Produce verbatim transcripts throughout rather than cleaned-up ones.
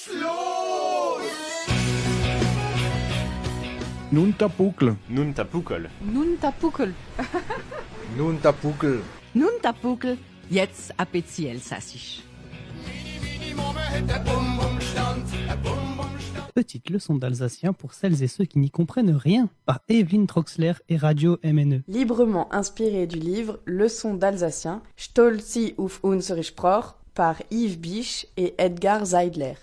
geht's los! Nun Tapukel. Nun Tapukel. Nun Tapukel. Nun Tapukel. Nun Tapukel. Jetzt Apezi Elsassisch. Petite leçon d'alsacien pour celles et ceux qui n'y comprennent rien, par Evelyne Troxler et Radio M N E. Librement inspiré du livre Leçon d'alsacien, Stolzi auf unsere Sprache, par Yves Biche et Edgar Seidler.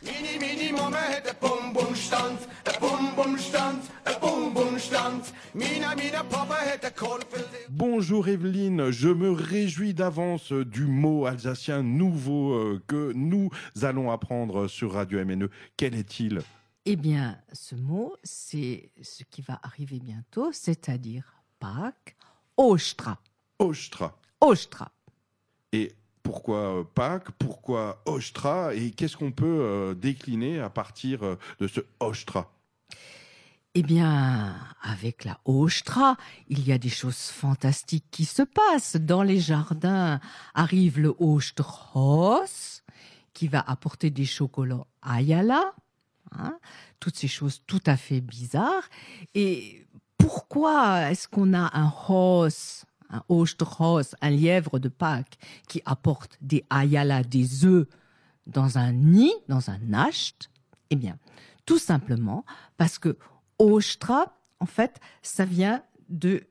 Bonjour Evelyne, je me réjouis d'avance du mot alsacien nouveau euh, que nous allons apprendre sur Radio M N E. Quel est-il ? Eh bien, ce mot, c'est ce qui va arriver bientôt, c'est-à-dire Pâques, Ostra. Ostra. Ostra. Et pourquoi euh, Pâques ? Pourquoi Ostra ? Et qu'est-ce qu'on peut euh, décliner à partir euh, de ce Ostra ? Eh bien, avec la Ostra, il y a des choses fantastiques qui se passent. Dans les jardins arrive le Osterhaus, qui va apporter des chocolats Ayala. Hein, toutes ces choses tout à fait bizarres. Et pourquoi est-ce qu'on a un Haus, un Osterhaus, un lièvre de Pâques, qui apporte des Ayala, des œufs, dans un nid, dans un nacht ? Eh bien, tout simplement parce que Ostra, en fait, ça vient de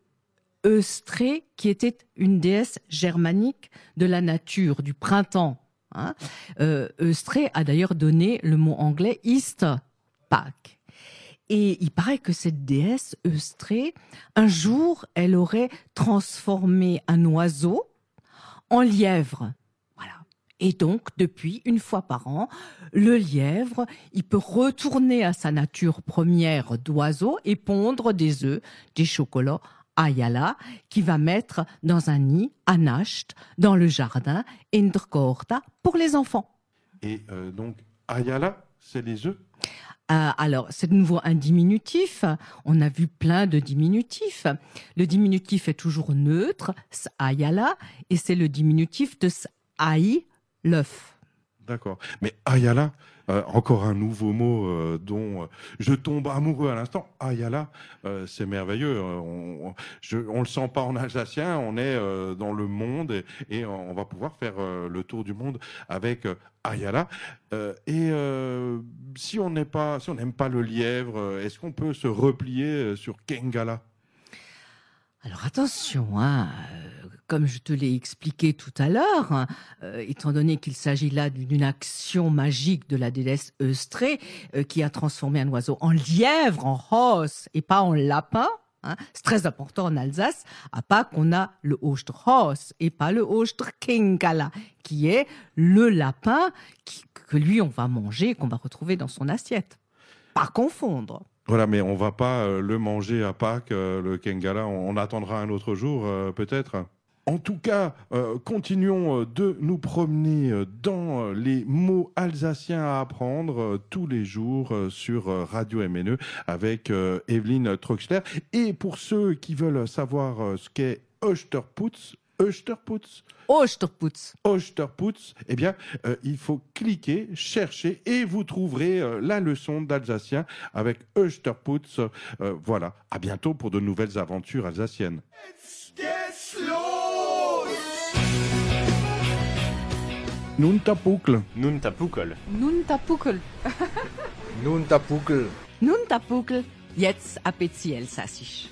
Östré, qui était une déesse germanique de la nature, du printemps. Hein. Euh, Östré a d'ailleurs donné le mot anglais East, Pâques. Et il paraît que cette déesse Östré, un jour, elle aurait transformé un oiseau en lièvre. Voilà. Et donc, depuis, une fois par an, le lièvre, il peut retourner à sa nature première d'oiseau et pondre des œufs, des chocolats Ayala, qui va mettre dans un nid, à Nacht, dans le jardin, in der Korta, pour les enfants. Et euh, donc, Ayala, c'est les œufs ? Euh, alors, c'est de nouveau un diminutif. On a vu plein de diminutifs. Le diminutif est toujours neutre, Ayala, et c'est le diminutif de Aï, l'œuf. D'accord. Mais Ayala, euh, encore un nouveau mot euh, dont euh, je tombe amoureux à l'instant. Ayala, euh, c'est merveilleux. Euh, on, on, je, on le sent pas en alsacien. On est euh, dans le monde et, et on va pouvoir faire euh, le tour du monde avec euh, Ayala. Euh, et euh, si on n'est pas, si on n'aime pas le lièvre, est-ce qu'on peut se replier sur Kengala ? Alors attention, hein, euh, comme je te l'ai expliqué tout à l'heure, hein, euh, étant donné qu'il s'agit là d'une action magique de la déesse Östré, euh, qui a transformé un oiseau en lièvre, en Haus, et pas en lapin, hein, c'est très important en Alsace, à Pâques on a le Osterhaus et pas le Osterkengala, qui est le lapin qui, que lui on va manger, qu'on va retrouver dans son assiette. Pas confondre. Voilà, mais on va pas euh, le manger à Pâques, euh, le Kengala. On, on attendra un autre jour, euh, peut-être. En tout cas, euh, continuons de nous promener dans les mots alsaciens à apprendre euh, tous les jours euh, sur Radio M N E avec euh, Evelyne Troxler. Et pour ceux qui veulent savoir euh, ce qu'est Osterputz, Osterputz, Osterputz. Osterputz, eh bien, euh, il faut cliquer, chercher et vous trouverez euh, la leçon d'alsacien avec Osterputz. Euh, voilà, à bientôt pour de nouvelles aventures alsaciennes. Geht's los! Nun Tapukel. Nun Tapukel. Nun Tapukel. Nun Tapukel. Nun Tapukel. Jetzt Apezi Elsassisch.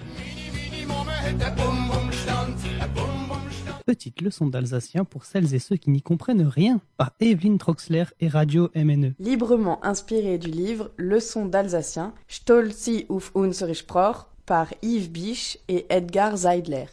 Petite leçon d'alsacien pour celles et ceux qui n'y comprennent rien, par Evelyne Troxler et Radio M N E. Librement inspiré du livre Leçon d'alsacien, Stolzi auf unsere Sprache, par Yves Biche et Edgar Seidler.